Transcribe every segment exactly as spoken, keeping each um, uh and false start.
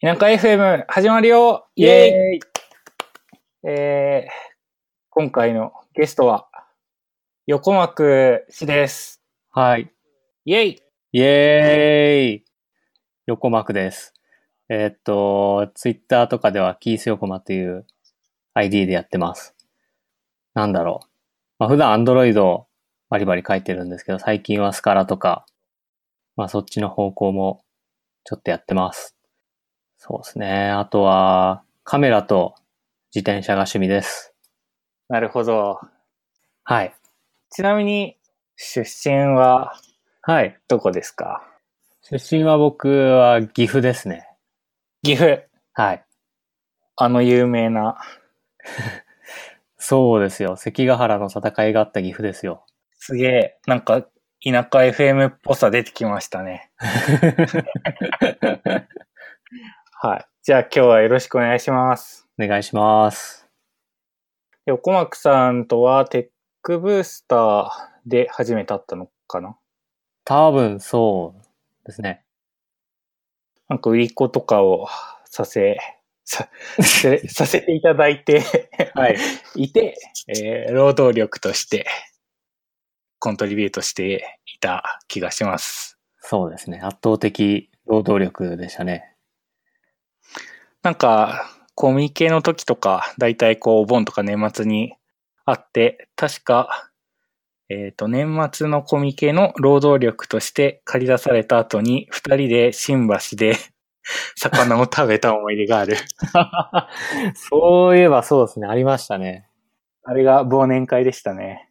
田舎 エフエム 始まるよイェーイ、イェーイえー、今回のゲストは横幕氏です。 はい。 イェイイェーイ横幕です。えー、っと、ツイッターとかではキース横幕という アイディー でやってます。なんだろう。まあ、普段 Android バリバリ書いてるんですけど、最近はスカラとか、まあそっちの方向もちょっとやってます。そうですね。あとは、カメラと自転車が趣味です。 なるほど。 はい。 ちなみに、出身ははい。 どこですか？ 出身は僕は岐阜ですね。 岐阜。 はい。 あの有名な。 そうですよ。関ヶ原の戦いがあった岐阜ですよ。 すげえ、なんか田舎 エフエム っぽさ出てきましたね。はい。じゃあ今日はよろしくお願いします。 お願いします。 横幕さんとはテックブースターで初めて会ったのかな？ 多分そうですね。 なんか売り子とかをさせ、さ、せさせていただいてはい。 いて、えー、労働力としてコントリビュートしていた気がします。 そうですね。圧倒的労働力でしたね。 なんか、コミケの時とか、だいたいこう、お盆とか年末にあって、確か、えっと、年末のコミケの労働力として借り出された後に、二人で新橋で魚を食べた思い出がある。 そういえばそうですね。ありましたね。 あれが忘年会でしたね。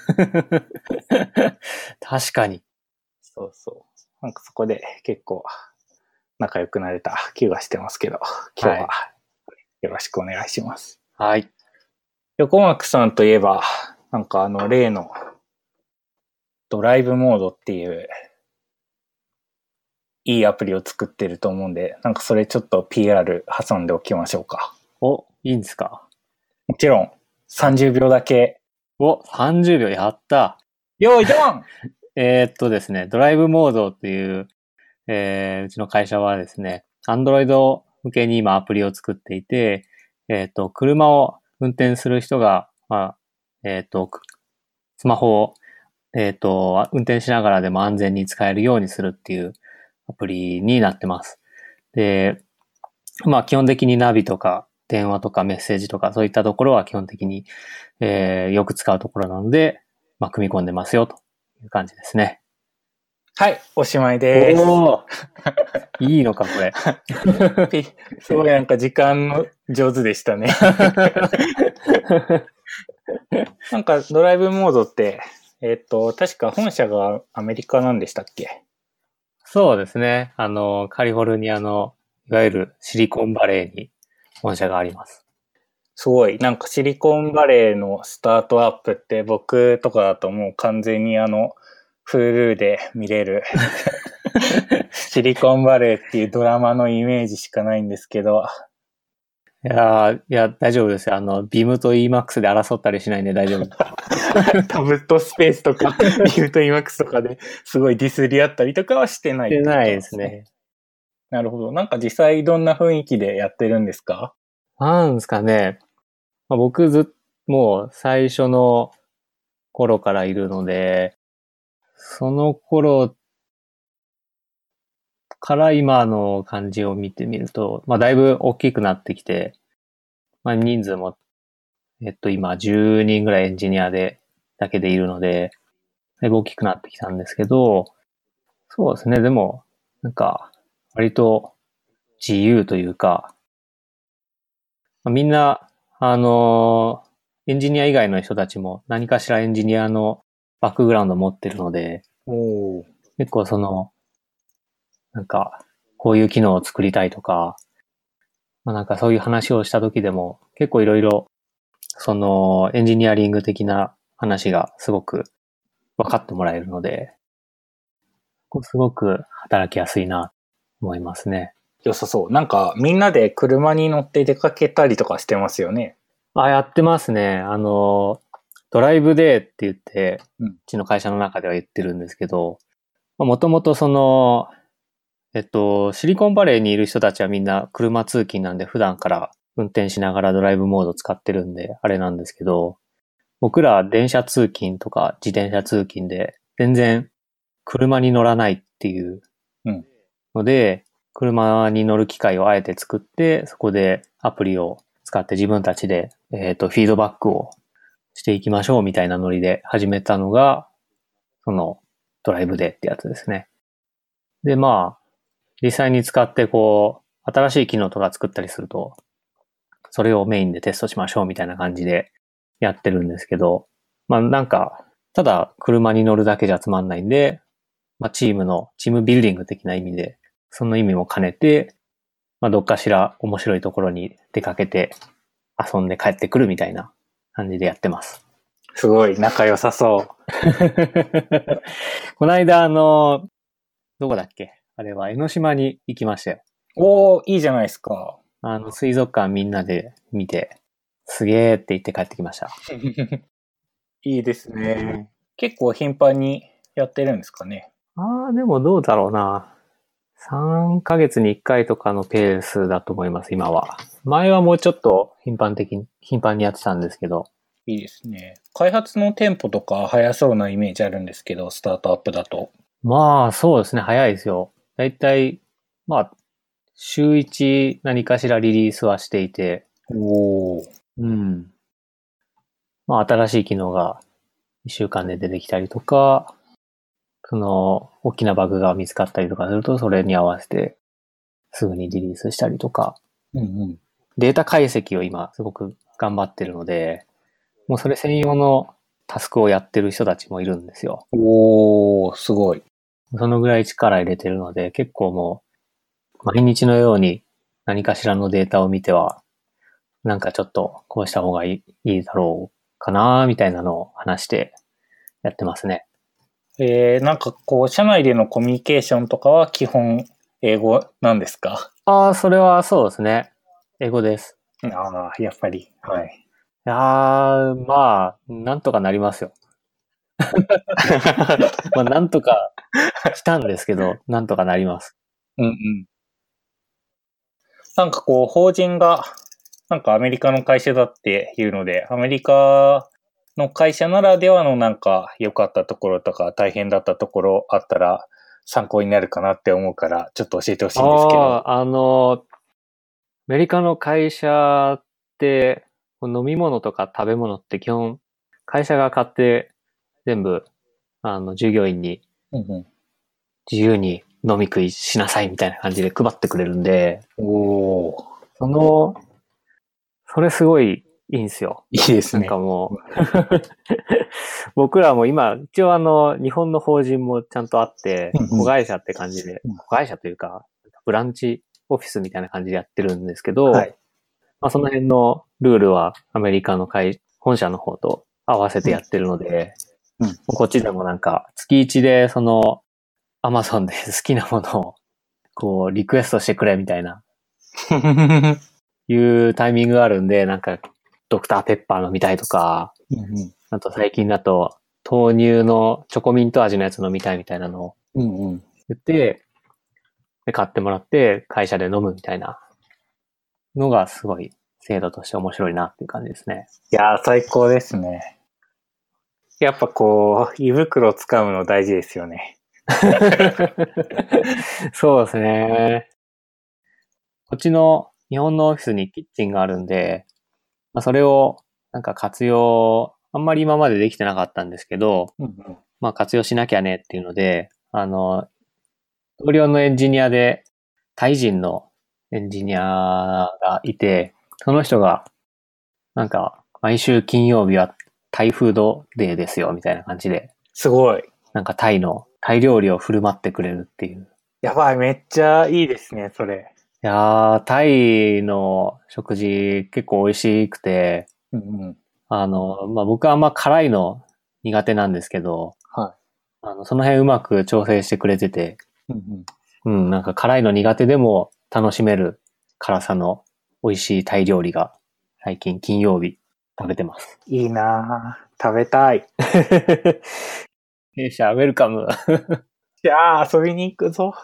確かに。 そうそう。なんかそこで結構仲良くなれた気がしてますけど、今日はよろしくお願いします。 はい。 横幕さんといえば、なんかあの例のドライブモードっていういいアプリを作ってると思うんで、なんかそれちょっと ピーアール 挟んでおきましょうか。 お、いいんですか？ もちろんさんじゅうびょうだけ。 お、さんじゅうびょうやった。 よーいドンえー、っとですね、ドライブモードっていう、えー、うちの会社はですね、Android 向けに今アプリを作っていて、えー、っと、車を運転する人が、まあ、えー、っと、スマホを、えー、っと、運転しながらでも安全に使えるようにするっていうアプリになってます。で、まあ基本的にナビとか電話とかメッセージとかそういったところは基本的に、えー、よく使うところなので、まあ組み込んでますよという感じですね。 はい、おしまいです。 おーいいのか、これ。 すごいなんか時間の上手でしたね。なんかドライブモードって、えっと、確か本社がアメリカなんでしたっけ？ そうですね。あの、カリフォルニアの、いわゆるシリコンバレーに本社があります。 すごい、なんかシリコンバレーのスタートアップって僕とかだともう完全にあの、Hulu で見れるシリコンバレーっていうドラマのイメージしかないんですけど。 いやー、いや、大丈夫ですよ。あの、ビームと イーマックス で争ったりしないんで大丈夫。 タブとスペースとか、ビューと イーマックス とかですごいディスり合ったりとかはしてないってことなんですね。 してないですね。 なるほど。なんか実際どんな雰囲気でやってるんですか？ なんですかね。まあ、僕ずっともう最初の頃からいるので、その頃から今の感じを見てみると、まあだいぶ大きくなってきて、まあ人数も、えっと今じゅうにんぐらいエンジニアで、だけでいるので、だいぶ大きくなってきたんですけど、そうですね。でも、なんか、割と自由というか、まあみんな、あのエンジニア以外の人たちも何かしらエンジニアのバックグラウンドを持ってるので、 おー。 結構その、なんか、こういう機能を作りたいとか、まあ、なんかそういう話をした時でも、結構いろいろ、その、エンジニアリング的な話がすごく分かってもらえるので、すごく働きやすいな、と思いますね。 良さそう。なんかみんなで車に乗って出かけたりとかしてますよね。 あ、やってますね。あの、ドライブデーって言って、 うん、 うちの会社の中では言ってるんですけど、もともとその、 えっと、シリコンバレーにいる人たちはみんな車通勤なんで普段から運転しながらドライブモード使ってるんで、あれなんですけど、僕ら電車通勤とか自転車通勤で全然車に乗らないっていうので、うん、車に乗る機会をあえて作って、そこでアプリを使って自分たちで、えっと、フィードバックをしていきましょうみたいなノリで始めたのが、そのドライブデーってやつですね。で、まあ、実際に使ってこう、新しい機能とか作ったりすると、それをメインでテストしましょうみたいな感じでやってるんですけど、まあなんか、ただ車に乗るだけじゃつまんないんで、まあチームの、チームビルディング的な意味で、その意味も兼ねて、まあどっかしら面白いところに出かけて遊んで帰ってくるみたいな感じでやってます。 すごい仲良さそう。 この間あの、どこだっけあれは江ノ島に行きましたよ。 おー、いいじゃないですか。 あの、水族館みんなで見て、すげーって言って帰ってきました。 いいですね。結構頻繁にやってるんですかね。 ああ、でもどうだろうな。さんかげつにいっかいとかのペースだと思います、今は。前はもうちょっと頻繁的に、頻繁にやってたんですけど。 いいですね。開発のテンポとか早そうなイメージあるんですけど、スタートアップだと。 まあ、そうですね、早いですよ。だいたい、まあ、週いち何かしらリリースはしていて。 おー。 うん。まあ、新しい機能がいっしゅうかんで出てきたりとか、その、大きなバグが見つかったりとかすると、それに合わせて、すぐにリリースしたりとか。 うんうん。 データ解析を今、すごく頑張ってるので、もうそれ専用のタスクをやってる人たちもいるんですよ。 おー、すごい。 そのぐらい力入れてるので、結構もう、毎日のように何かしらのデータを見ては、なんかちょっとこうした方がいい、いいだろうかな、みたいなのを話してやってますね。 えー、なんかこう、社内でのコミュニケーションとかは基本英語なんですか？ ああ、それはそうですね。英語です。 ああ、やっぱり。はい。 いやー、まあ、なんとかなりますよ。まあ、なんとかしたんですけど、なんとかなります。 うんうん。なんかこう、法人が、なんかアメリカの会社だっていうので、アメリカの会社ならではのなんか良かったところとか大変だったところあったら参考になるかなって思うから、ちょっと教えてほしいんですけど。 ああ、あの、アメリカの会社って、飲み物とか食べ物って基本、会社が買って全部、あの、従業員にうんうん、 自由に飲み食いしなさいみたいな感じで配ってくれるんで、 おー。 その、それすごいいいんですよ。 いいですね。 なんかもう、僕らも今、一応あの、日本の法人もちゃんとあって、 うんうん、 子会社って感じで、子会社というか、ブランチオフィスみたいな感じでやってるんですけど、はい、まあその辺のルールはアメリカの会、本社の方と合わせてやってるので、うんうん、こっちでもなんか月一でその、アマゾンで好きなものを、こう、リクエストしてくれみたいな、いうタイミングがあるんで、なんか、ドクターペッパー飲みたいとか、うんうん、あと最近だと、豆乳のチョコミント味のやつ飲みたいみたいなのを言って、で買ってもらって会社で飲むみたいなのがすごい制度として面白いなっていう感じですね。 いやー最高ですね。やっぱこう、胃袋を掴むの大事ですよね。 そうですね。こっちの日本のオフィスにキッチンがあるんで、まあ、それをなんか活用、あんまり今までできてなかったんですけど、うんうん、まあ活用しなきゃねっていうので、あの、同僚のエンジニアでタイ人のエンジニアがいて、その人がなんか毎週金曜日はタイフードデーですよみたいな感じで。 すごい。 なんかタイの、タイ料理を振る舞ってくれるっていう。 やばい、めっちゃいいですね、それ。 いやー、タイの食事結構美味しくて、うんうん、あの、まあ、僕はあんま辛いの苦手なんですけど、はい、あのその辺うまく調整してくれてて、うんうん、うん、なんか辛いの苦手でも楽しめる辛さの美味しいタイ料理が最近金曜日食べてます。 いいなぁ。食べたい。 弊社ウェルカム。 じゃあ遊びに行くぞ。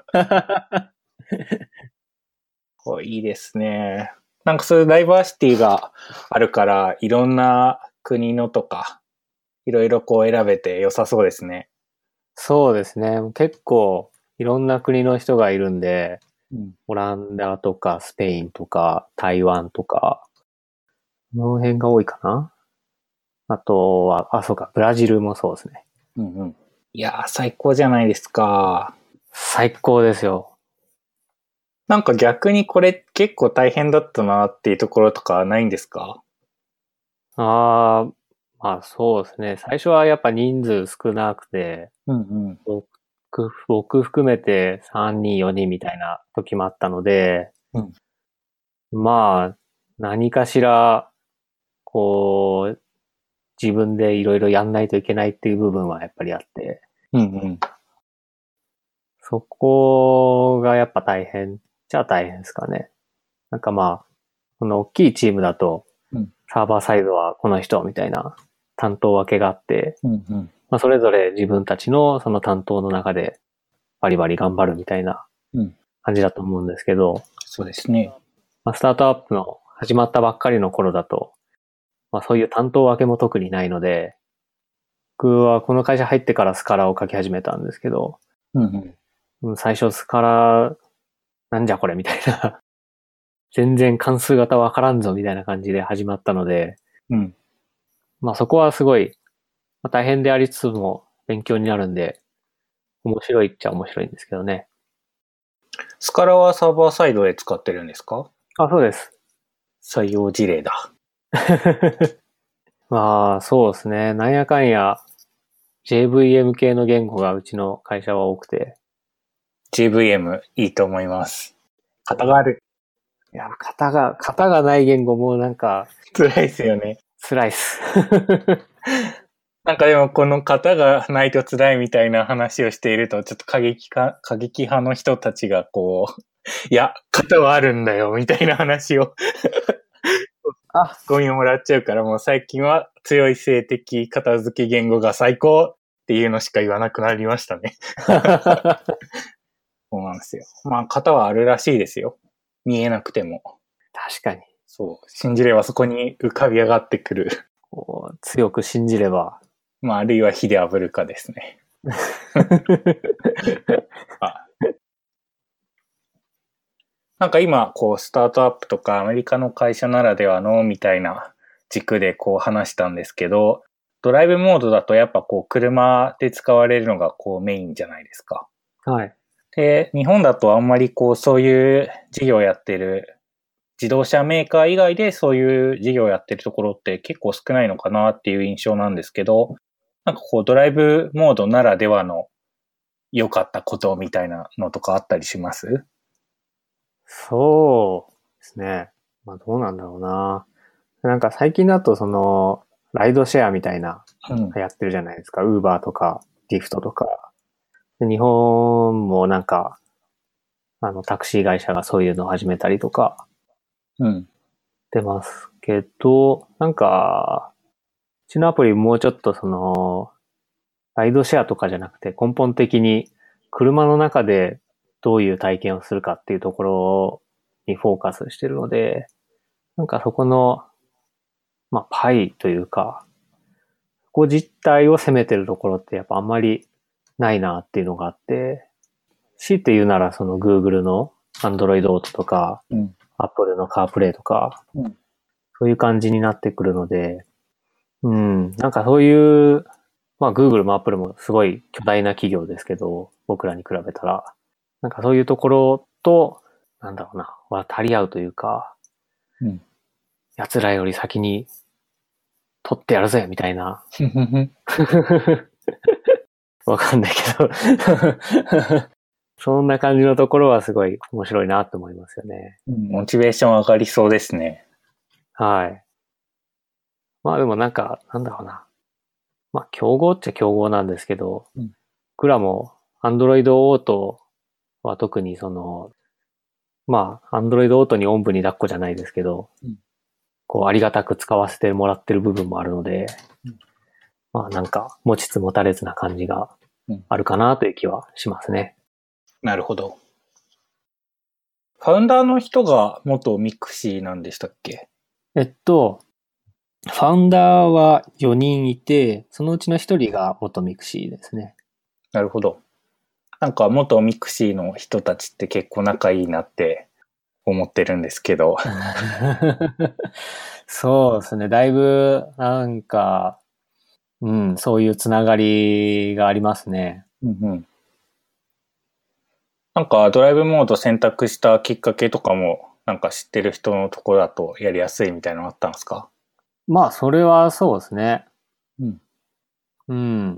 おいいですね。なんかそういうダイバーシティがあるから、いろんな国のとか、いろいろこう選べて良さそうですね。 そうですね。結構いろんな国の人がいるんで、 うん、 オランダとかスペインとか台湾とか、この辺が多いかな。あとは、あ、そうか、ブラジルもそうですね。 うんうん。いやー、最高じゃないですか。 最高ですよ。 なんか逆にこれ結構大変だったなっていうところとかないんですか？ ああ、まあそうですね。最初はやっぱ人数少なくて、 うんうん。 僕、僕含めてさんにん、よにんみたいな時もあったので、 うん。 まあ、何かしら、こう、自分でいろいろやんないといけないっていう部分はやっぱりあって、 うんうん。 そこがやっぱ大変じゃ大変ですかね。なんかまあ、この大きいチームだと、 うん。 サーバーサイドはこの人みたいな担当分けがあって、 うんうん。 まあ、それぞれ自分たちのその担当の中でバリバリ頑張るみたいなうん。 感じだと思うんですけど、 そうですね。 まあ、スタートアップの始まったばっかりの頃だと、まあ、そういう担当分けも特にないので、僕はこの会社入ってからスカラを書き始めたんですけど、 うんうん。 うん最初スカラなんじゃこれみたいな全然関数型わからんぞみたいな感じで始まったので、 うん。 まあそこはすごい、まあ、大変でありつつも勉強になるんで、面白いっちゃ面白いんですけどね。 スカラはサーバーサイドで使ってるんですか？ あ、そうです。 採用事例だ。 まあそうですね。なんやかんや ジェイブイエム 系の言語がうちの会社は多くて。 ジェイブイエム いいと思います。型がある。 いや、型が、型がない言語もなんか辛いですよね。 辛いっす。 なんかでもこの型がないと辛いみたいな話をしていると、ちょっと過激か、過激派の人たちがこう、いや、型はあるんだよ、みたいな話をあ、 ゴミをもらっちゃうから、もう最近は強い性的片付け言語が最高っていうのしか言わなくなりましたね。そうなんですよ。まあ、型はあるらしいですよ。見えなくても。 確かに。 そう。信じればそこに浮かび上がってくる。 こう強く信じれば。 まあ、あるいは火で炙るかですね。あなんか今、こう、スタートアップとかアメリカの会社ならではのみたいな軸でこう話したんですけど、ドライブモードだとやっぱこう、車で使われるのがこうメインじゃないですか。 はい。 で、日本だとあんまりこう、そういう事業やってる自動車メーカー以外でそういう事業やってるところって結構少ないのかなっていう印象なんですけど、なんかこう、ドライブモードならではの良かったことみたいなのとかあったりします？ そうですね。まあどうなんだろうな。なんか最近だとその、ライドシェアみたいなうん。 流行ってるじゃないですか。ウーバーとか、リフトとか。で日本もなんか、あの、タクシー会社がそういうのを始めたりとかうん。 出ますけど、なんか、うちのアプリもうちょっとその、ライドシェアとかじゃなくて根本的に車の中でどういう体験をするかっていうところにフォーカスしてるので、なんかそこの、まあ、パイというか、そこ実態を攻めてるところってやっぱあんまりないなっていうのがあって、強いて言うならその Google の Android Auto とか、 うん。 Apple の CarPlay とか、 うん。 そういう感じになってくるので、うん、なんかそういう、まあ Google も Apple もすごい巨大な企業ですけど、僕らに比べたら、なんかそういうところと、なんだろうな、渡り合うというか、 うん。 奴らより先に取ってやるぜみたいな。わかんないけどそんな感じのところはすごい面白いなと思いますよね。 モチベーション上がりそうですね。 はい。まあでもなんか、なんだろうな。まあ競合っちゃ競合なんですけど、 うん、 僕らも Android Auto は特にその、まあ Android Auto におんぶに抱っこじゃないですけど、 うん、 こうありがたく使わせてもらってる部分もあるので、 うん、 まあなんか持ちつ持たれつな感じがあるかなという気はしますね。 なるほど。ファウンダーの人が元ミクシーなんでしたっけ？ えっと、ファウンダーはよにんいて、そのうちのひとりが元ミクシーですね。 なるほど。なんか元ミクシーの人たちって結構仲いいなって思ってるんですけど。 そうですね。だいぶ、なんか、うん、そういうつながりがありますね。 うんうん。なんかドライブモード選択したきっかけとかも、なんか知ってる人のところだとやりやすいみたいなのあったんですか？ まあ、それはそうですね。 うん。 うん。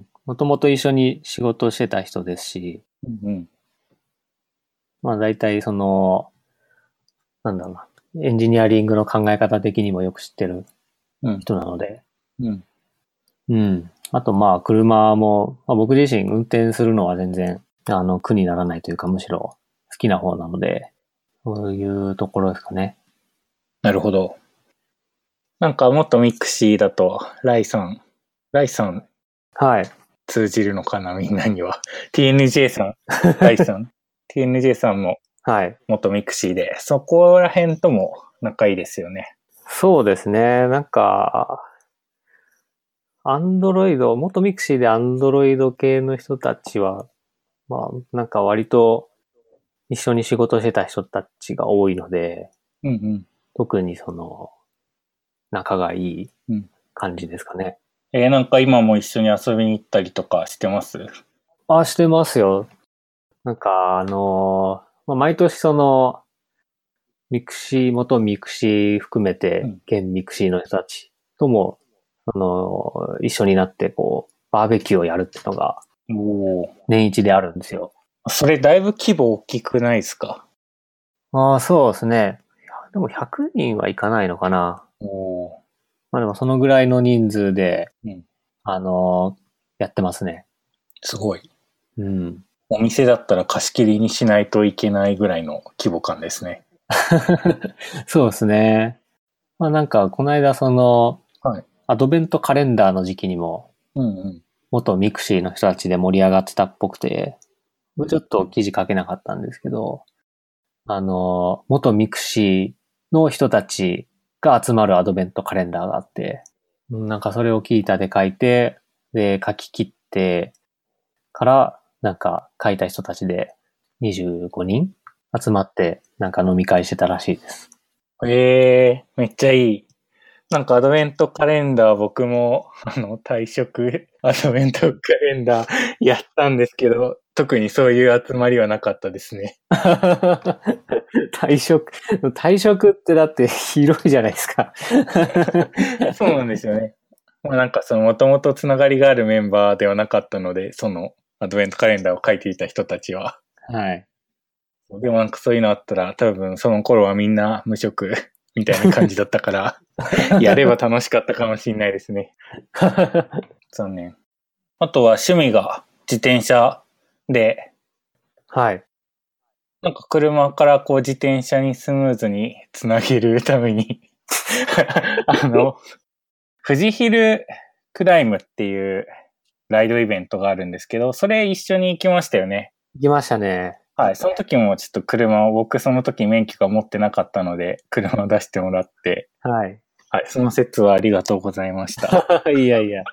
もともと一緒に仕事をしてた人ですし、 うんうん。 まあ大体その、なんだろうな、エンジニアリングの考え方的にもよく知ってるうん人なので、 うん。 うん。あとまあ車も、まあ、僕自身運転するのは全然、あの、苦にならないというかむしろ好きな方なので、そういうところですかね。 なるほど。なんかもっとミクシーだと、ライさん、ライさんはい。 通じるのかなみんなには。ティーエヌジェー さん、ライさん。ティーエヌジェー さんもはい。 元ミクシーで、そこら辺とも仲いいですよね。 そうですね。なんか、アンドロイド、元ミクシーでアンドロイド系の人たちは、まあ、なんか割と一緒に仕事してた人たちが多いので、 うんうん。 特にその、仲がいいうん、 感じですかね。 えー、なんか今も一緒に遊びに行ったりとかしてます？ あ、してますよ。なんか、あのーまあ、毎年その、ミクシー、元ミクシー含めて、 うん。 現ミクシーの人たちとも、あのー一緒になってこう、バーベキューをやるっていうのがおー。 年一であるんですよ。 それだいぶ規模大きくないですか？ ああ、そうですね。いやでもひゃくにんはいかないのかな。 おー。 まあでもそのぐらいの人数で、 うん。 あのーやってますね。 すごい。 うん。 お店だったら貸し切りにしないといけないぐらいの規模感ですね。 そうですね。まあなんか、この間その、 はい。 アドベントカレンダーの時期にも、 うんうん。 元ミクシーの人たちで盛り上がってたっぽくて、もうちょっと記事書けなかったんですけど、あの、元ミクシーの人たちが集まるアドベントカレンダーがあって、なんかそれをキータで書いて、で、書き切ってから、なんか書いた人たちでにじゅうごにん集まって、なんか飲み会してたらしいです。 えー、めっちゃいい。なんかアドベントカレンダー僕も、あの、退職アドベントカレンダーやったんですけど、特にそういう集まりはなかったですね。 退職、退職ってだって広いじゃないですか。 そうなんですよね。まあなんかそのもともとつながりがあるメンバーではなかったので、そのアドベントカレンダーを書いていた人たちは。 はい。 でもなんかそういうのあったら多分その頃はみんな無職みたいな感じだったから、やれば楽しかったかもしれないですね。残念。あとは趣味が自転車で、 はい。 なんか車からこう自転車にスムーズにつなげるためにあの、富士ヒルクライムっていうライドイベントがあるんですけど、それ一緒に行きましたよね。 行きましたね。 はい。その時もちょっと車を、僕その時免許が持ってなかったので、車を出してもらって、 はい。 はい。その説はありがとうございました。 いやいや。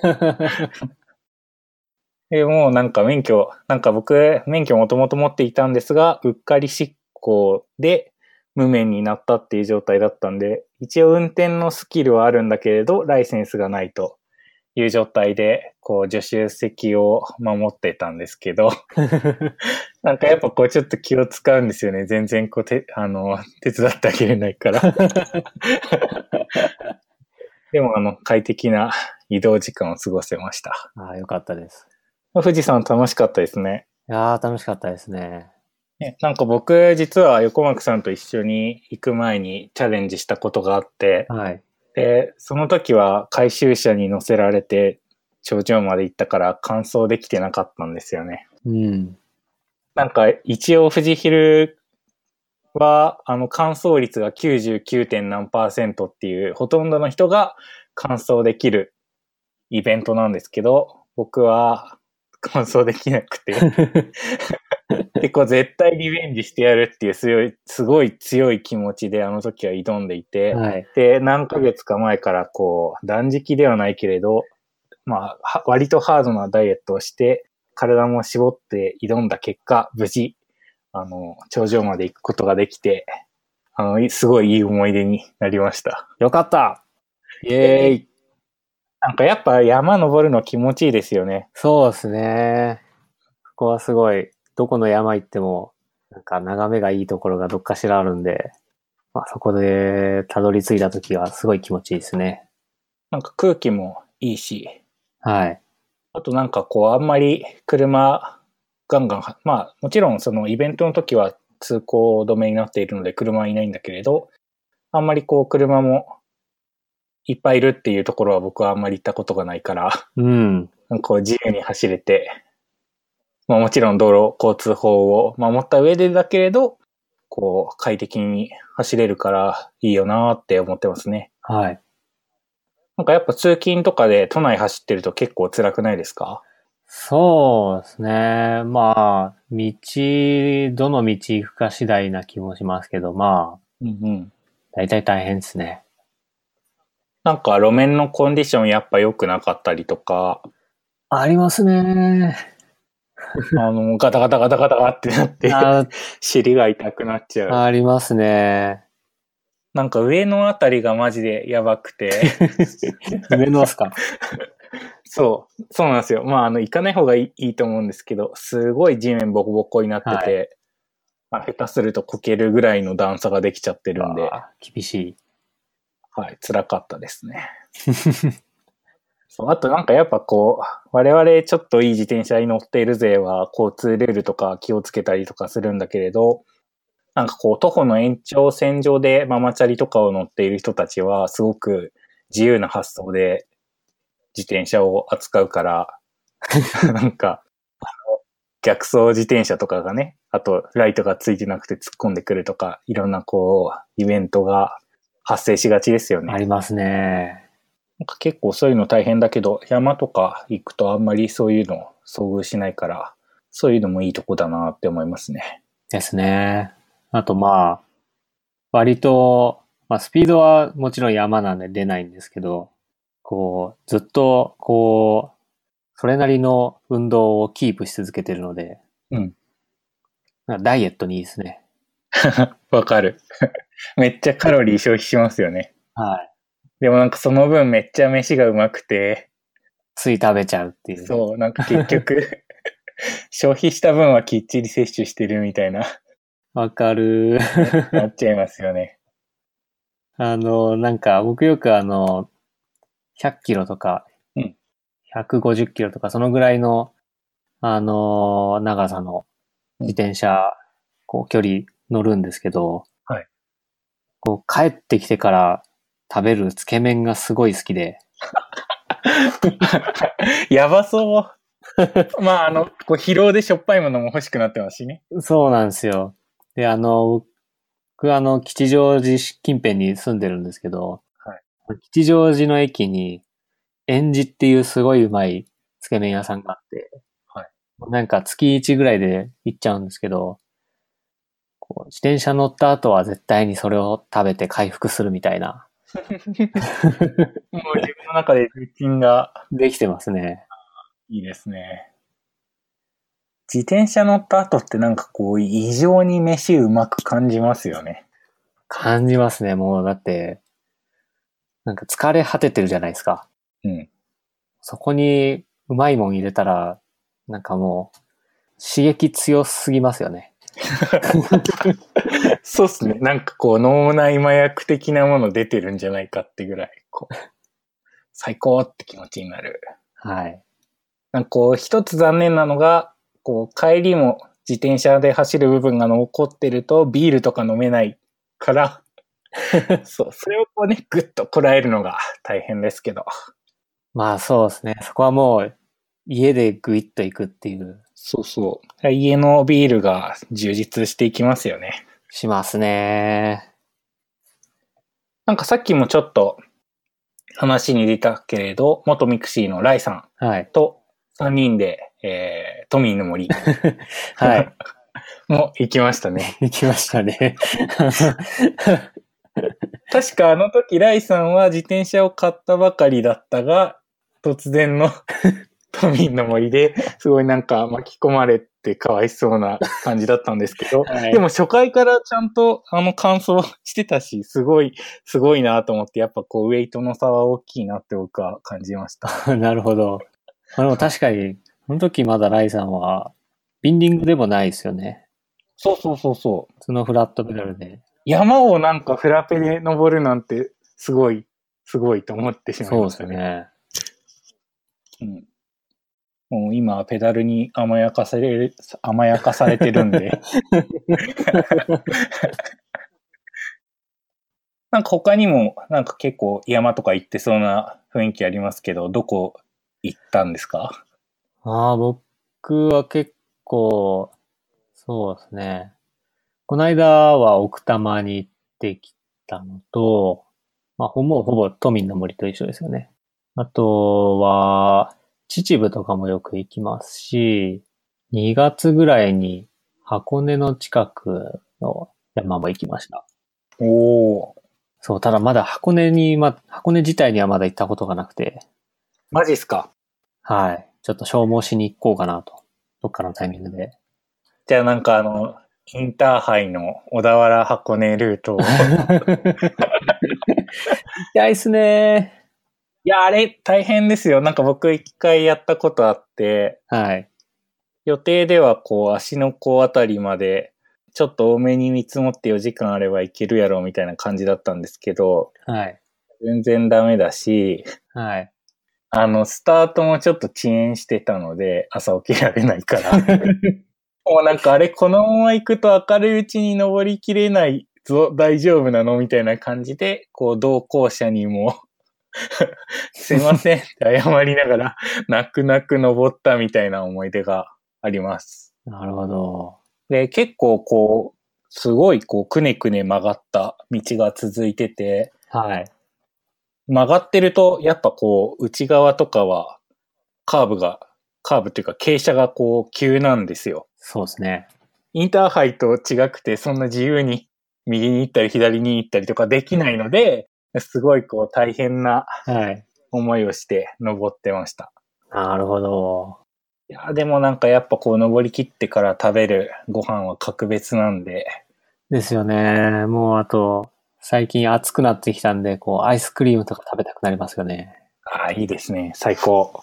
でもうなんか免許、なんか僕、免許もともと持っていたんですが、うっかり執行で無免になったっていう状態だったんで、一応運転のスキルはあるんだけれど、ライセンスがないという状態で、こう、助手席を守ってたんですけど、なんかやっぱこうちょっと気を使うんですよね。全然こうて、あの、手伝ってあげれないから。でもあの、快適な移動時間を過ごせました。 ああ、よかったです。 富士山楽しかったですね。 いやー、楽しかったですね。 ね、なんか僕、実は横幕さんと一緒に行く前にチャレンジしたことがあって、 はい。 で、その時は回収車に乗せられて頂上まで行ったから完走できてなかったんですよね。 うん。 なんか一応富士ヒルは、あの、完走率が きゅうじゅうきゅう. 点何パーセントっていう、ほとんどの人が完走できるイベントなんですけど、僕は完走できなくて。で、こう絶対リベンジしてやるっていうすごい、すごい強い気持ちであの時は挑んでいて、 はい、 で、何ヶ月か前からこう、断食ではないけれど、まあ、割とハードなダイエットをして、体も絞って挑んだ結果、無事、あの、頂上まで行くことができて、あの、すごいいい思い出になりました。 よかったイエーイなんかやっぱ山登るの気持ちいいですよね。 そうですね。ここはすごい、どこの山行っても、なんか眺めがいいところがどっかしらあるんで、まあそこでたどり着いた時はすごい気持ちいいですね。 なんか空気もいいし、 はい。 あとなんかこうあんまり車ガンガン、まあもちろんそのイベントの時は通行止めになっているので車はいないんだけれど、あんまりこう車もいっぱいいるっていうところは僕はあんまり行ったことがないから、 うん。 なんかこう自由に走れて、まあもちろん道路交通法を守った上でだけれど、こう快適に走れるからいいよなーって思ってますね。 はい。 なんかやっぱ通勤とかで都内走ってると結構辛くないですか？ そうですね。まあ、道、どの道行くか次第な気もしますけど、まあ、 うんうん。 大体大変ですね。 なんか路面のコンディションやっぱ良くなかったりとか、 ありますね。 あの、ガタガタガタガタガタってなってあ、 尻が痛くなっちゃう。 ありますね。 なんか上のあたりがマジでやばくて。 上のっすか？ そう、そうなんですよ。まあ、あの、行かない方がいい、いいと思うんですけど、すごい地面ボコボコになってて、 はい、 まあ、下手するとこけるぐらいの段差ができちゃってるんで、 あ厳しい。 はい、辛かったですね。そう、あとなんかやっぱこう、我々ちょっといい自転車に乗っている勢は交通ルールとか気をつけたりとかするんだけれど、なんかこう徒歩の延長線上でママチャリとかを乗っている人たちはすごく自由な発想で自転車を扱うから、なんか逆走自転車とかがね、あとライトがついてなくて突っ込んでくるとか、いろんなこうイベントが発生しがちですよね。 ありますね。 なんか結構そういうの大変だけど、山とか行くとあんまりそういうの遭遇しないから、そういうのもいいとこだなって思いますね。 ですね。あとまあ、割と、まあスピードはもちろん山なんで出ないんですけど、こう、ずっと、こう、それなりの運動をキープし続けてるので、 うん。 なんかダイエットにいいですね。 わかる。めっちゃカロリー消費しますよね。 はい。 でもなんかその分めっちゃ飯がうまくて、 つい食べちゃうっていう。 そう、なんか結局、消費した分はきっちり摂取してるみたいな、 わかる。 なっちゃいますよね。 あの、なんか僕よくあの、ひゃっキロとか、 うん。 ひゃくごじゅっキロとか、そのぐらいの、あの、長さの自転車、こう、距離乗るんですけど、 はい。 こう、帰ってきてから食べるつけ麺がすごい好きで。 やばそう。まあ、あの、こう疲労でしょっぱいものも欲しくなってますしね。 そうなんですよ。で、あの、僕あの、吉祥寺近辺に住んでるんですけど、 はい。 吉祥寺の駅に、円寺っていうすごいうまいつけ麺屋さんがあって、 はい。 なんか月いちぐらいで行っちゃうんですけど、こう自転車乗った後は絶対にそれを食べて回復するみたいな。 もう自分の中でルーティンができてますね。 いいですね。自転車乗った後ってなんかこう異常に飯うまく感じますよね。 感じますね。もうだって、なんか疲れ果ててるじゃないですか。 うん。 そこにうまいもん入れたら、なんかもう刺激強すぎますよね。 そうっすね。なんかこう脳内麻薬的なもの出てるんじゃないかってぐらい、こう、最高って気持ちになる。 はい。 なんかこう一つ残念なのが、こう帰りも自転車で走る部分が残ってるとビールとか飲めないから、そう、それをこうね、ぐっとこらえるのが大変ですけど。 まあそうですね。そこはもう家でグイッと行くっていう。 そうそう。家のビールが充実していきますよね。 しますね。 なんかさっきもちょっと話に出たけれど、元ミクシーのライさんはい。 とさんにんでえー、都民の森。 はい。 も行きましたね。 行きましたね。 確かあの時ライさんは自転車を買ったばかりだったが、突然の都民の森ですごいなんか巻き込まれてかわいそうな感じだったんですけど、はい、でも初回からちゃんとあの感想してたし、すごい、すごいなと思って、やっぱこうウェイトの差は大きいなって僕は感じました。 なるほど。でも確かに、その時まだライさんは、ビンディングでもないですよね。 そうそうそうそう。 そのフラットペダルで。 山をなんかフラペで登るなんて、すごい、すごいと思ってしまいましたね。そうですね。うん。もう今、ペダルに甘やかされる、甘やかされてるんで。なんか他にも、なんか結構山とか行ってそうな雰囲気ありますけど、どこ行ったんですか？ ああ、僕は結構、そうですね。この間は奥多摩に行ってきたのと、まあ、ほぼほぼ都民の森と一緒ですよね。あとは、秩父とかもよく行きますし、にがつぐらいに箱根の近くの山も行きました。 おー。 そう、ただまだ箱根に、ま、箱根自体にはまだ行ったことがなくて。 マジっすか？ はい。ちょっと消耗しに行こうかなと。どっかのタイミングで。 じゃあなんかあの、インターハイの小田原箱根ルートを。行きたいっすね。 いや、あれ大変ですよ。なんか僕一回やったことあって、 はい。 予定ではこう足の甲あたりまでちょっと多めに見積もってよじかんあればいけるやろみたいな感じだったんですけど、 はい。 全然ダメだし、 はい。 あの、スタートもちょっと遅延してたので、朝起きられないから。もうなんかあれ、このまま行くと明るいうちに登りきれないぞ、大丈夫なのみたいな感じで、こう、同行者にも、すいませんって謝りながら、泣く泣く登ったみたいな思い出があります。 なるほど。 で、結構こう、すごいこう、くねくね曲がった道が続いてて、 はい。 曲がってると、やっぱこう、内側とかは、カーブが、カーブっていうか傾斜がこう、急なんですよ。 そうですね。 インターハイと違くて、そんな自由に右に行ったり左に行ったりとかできないので、すごいこう、大変な思いをして登ってました。 はい、なるほど。 いや、でもなんかやっぱこう、登り切ってから食べるご飯は格別なんで。 ですよね。もうあと、最近暑くなってきたんで、こう、アイスクリームとか食べたくなりますよね。 ああ、いいですね。最高。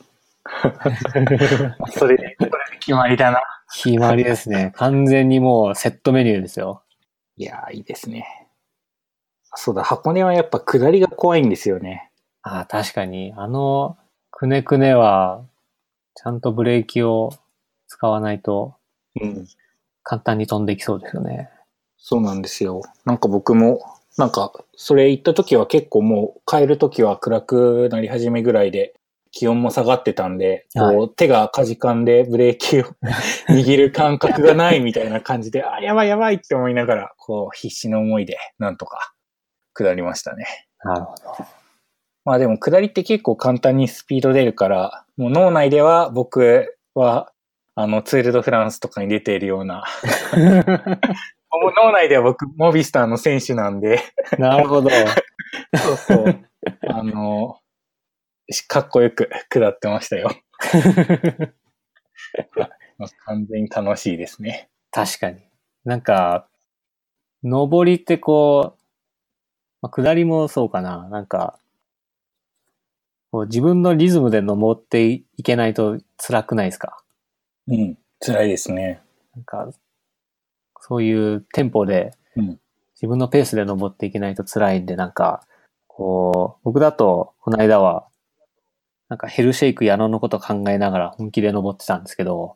それで、それで決まりだな。 決まりですね。完全にもうセットメニューですよ。 いやー、いいですね。そうだ、箱根はやっぱ下りが怖いんですよね。 ああ、確かに。あの、くねくねは、ちゃんとブレーキを使わないと、 うん。 簡単に飛んでいきそうですよね。 そうなんですよ。なんか僕も、なんか、それ行った時は結構もう帰る時は暗くなり始めぐらいで、気温も下がってたんで、こう、はい、手がかじかんでブレーキを握る感覚がないみたいな感じで、あ、やばいやばいって思いながら、こう、必死の思いで、なんとか、下りましたね。 なるほど。 まあでも、下りって結構簡単にスピード出るから、もう脳内では僕は、あの、ツールドフランスとかに出ているような、脳内では僕、モビスターの選手なんで。 なるほど。 そうそう。あの、かっこよく下ってましたよ。完全に楽しいですね。 確かに。なんか、上りってこう、まあ、下りもそうかな。なんか、こう自分のリズムで登っていけないと辛くないですか？ うん、辛いですね。 なんか、そういうテンポで、自分のペースで登っていけないと辛いんで、なんか、こう、僕だと、この間は、なんかヘルシェイク矢野のこと考えながら本気で登ってたんですけど、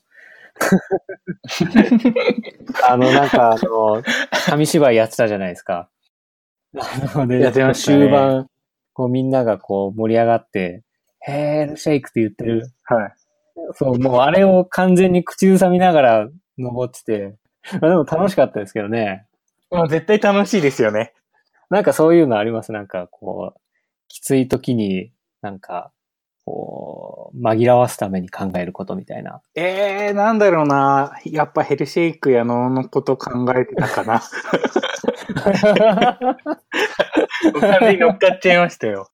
あの、なんかあの、紙芝居やってたじゃないですか。なので、やってましたね、終盤、こうみんながこう盛り上がって、ヘルシェイクって言ってる。 はい。 そう、もうあれを完全に口ずさみながら登ってて、まあ、でも楽しかったですけどね。 まあ絶対楽しいですよね。 なんかそういうのあります。なんかこう、きつい時になんかこう、紛らわすために考えることみたいな。 えー、なんだろうな。やっぱヘルシェイクやののこと考えてたかな。お金に乗っかっちゃいましたよ。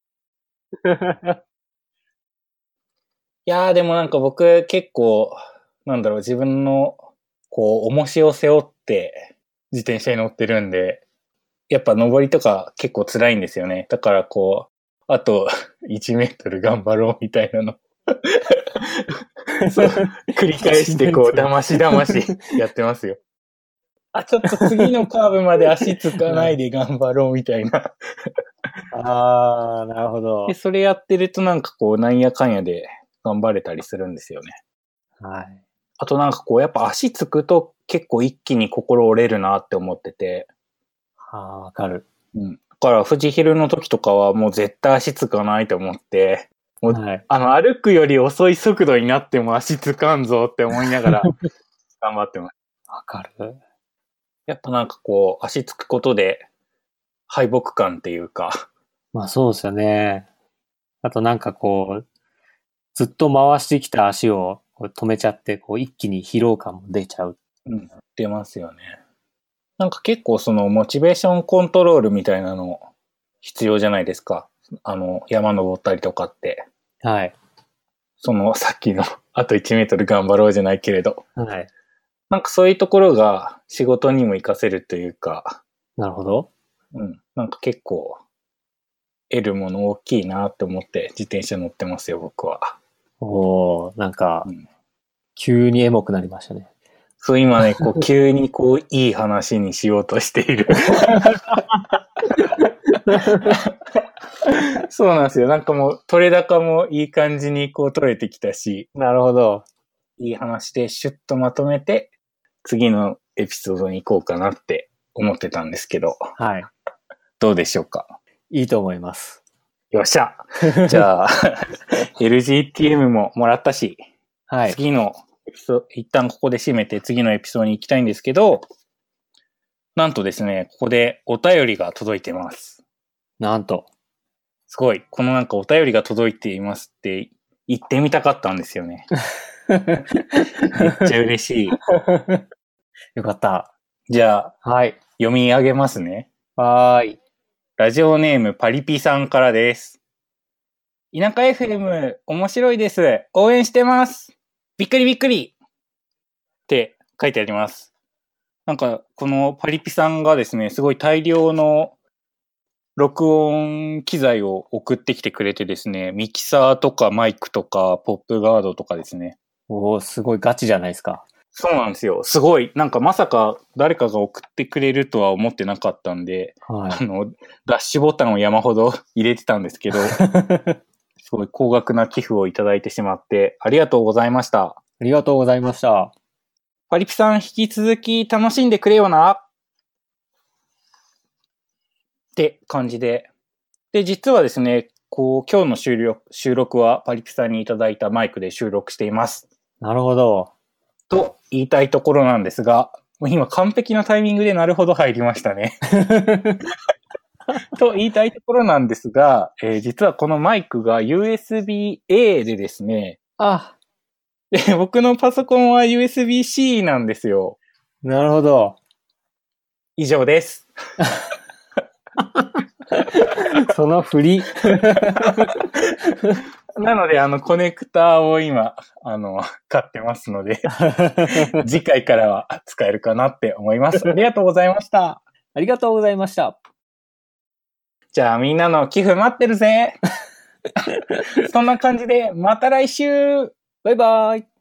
いやーでもなんか僕結構、なんだろう、自分の、こう、重しを背負って自転車に乗ってるんで、やっぱ登りとか結構辛いんですよね。だからこう、あといちメートル頑張ろうみたいなの。そう、繰り返してこう、だましだましやってますよ。あ、ちょっと次のカーブまで足つかないで頑張ろうみたいな。 ああ、なるほど。 で、それやってるとなんかこう、なんやかんやで頑張れたりするんですよね。 はい。 あとなんかこう、やっぱ足つくと結構一気に心折れるなって思ってて。 はあ、わかる。 うん。だから富士ヒルの時とかはもう絶対足つかないと思って、もう、はい、あの、歩くより遅い速度になっても足つかんぞって思いながら頑張ってます。 わかる。 やっぱなんかこう、足つくことで敗北感っていうか。 まあそうですよね。あとなんかこう、ずっと回してきた足を止めちゃって、こう一気に疲労感も出ちゃう。 うん、出ますよね。なんか結構そのモチベーションコントロールみたいなの必要じゃないですか。あの、山登ったりとかって。 はい。 そのさっきのあといちメートル頑張ろうじゃないけれど。 はい。 なんかそういうところが仕事にも活かせるというか。 なるほど。 うん。なんか結構得るもの大きいなって思って自転車乗ってますよ、僕は。 おー、なんか、うん、急にエモくなりましたね。 そう、今ね、こう急にこういい話にしようとしている。そうなんですよ。なんかもう取れ高もいい感じにこう取れてきたし。 なるほど。 いい話でシュッとまとめて次のエピソードに行こうかなって思ってたんですけど。 はい。 どうでしょうか？ いいと思います。 よっしゃ。じゃあ、エルジーティーエム ももらったし、はい。次のエピソード、一旦ここで締めて次のエピソードに行きたいんですけど、なんとですね、ここでお便りが届いてます。 なんと。 すごい。このなんかお便りが届いていますって言ってみたかったんですよね。めっちゃ嬉しい。 よかった。 じゃあ、はい。読み上げますね。 はーい。 ラジオネームパリピさんからです。田舎 エフエム 面白いです。応援してます。びっくりびっくりって書いてあります。なんかこのパリピさんがですね、すごい大量の録音機材を送ってきてくれてですね、ミキサーとかマイクとかポップガードとかですね。 おー、すごいガチじゃないですか。 そうなんですよ。すごい。なんかまさか誰かが送ってくれるとは思ってなかったんで、はい、あの、ダッシュボタンを山ほど入れてたんですけど、すごい高額な寄付をいただいてしまってありがとうございました。 ありがとうございました。 パリピさん引き続き楽しんでくれよな。って感じで。で、実はですね、こう、今日の収録、収録はパリピさんにいただいたマイクで収録しています。 なるほど。 と言いたいところなんですが、今完璧なタイミングでなるほど入りましたね。と言いたいところなんですが、えー、実はこのマイクが ユーエスビーエー でですね。 あ。 で、僕のパソコンは ユーエスビーシー なんですよ。 なるほど。 以上です。 その振り。 なので、あの、コネクターを今、あの、買ってますので、次回からは使えるかなって思います。ありがとうございました。 ありがとうございました。 じゃあ、みんなの寄付待ってるぜ。そんな感じで、また来週。 バイバイ。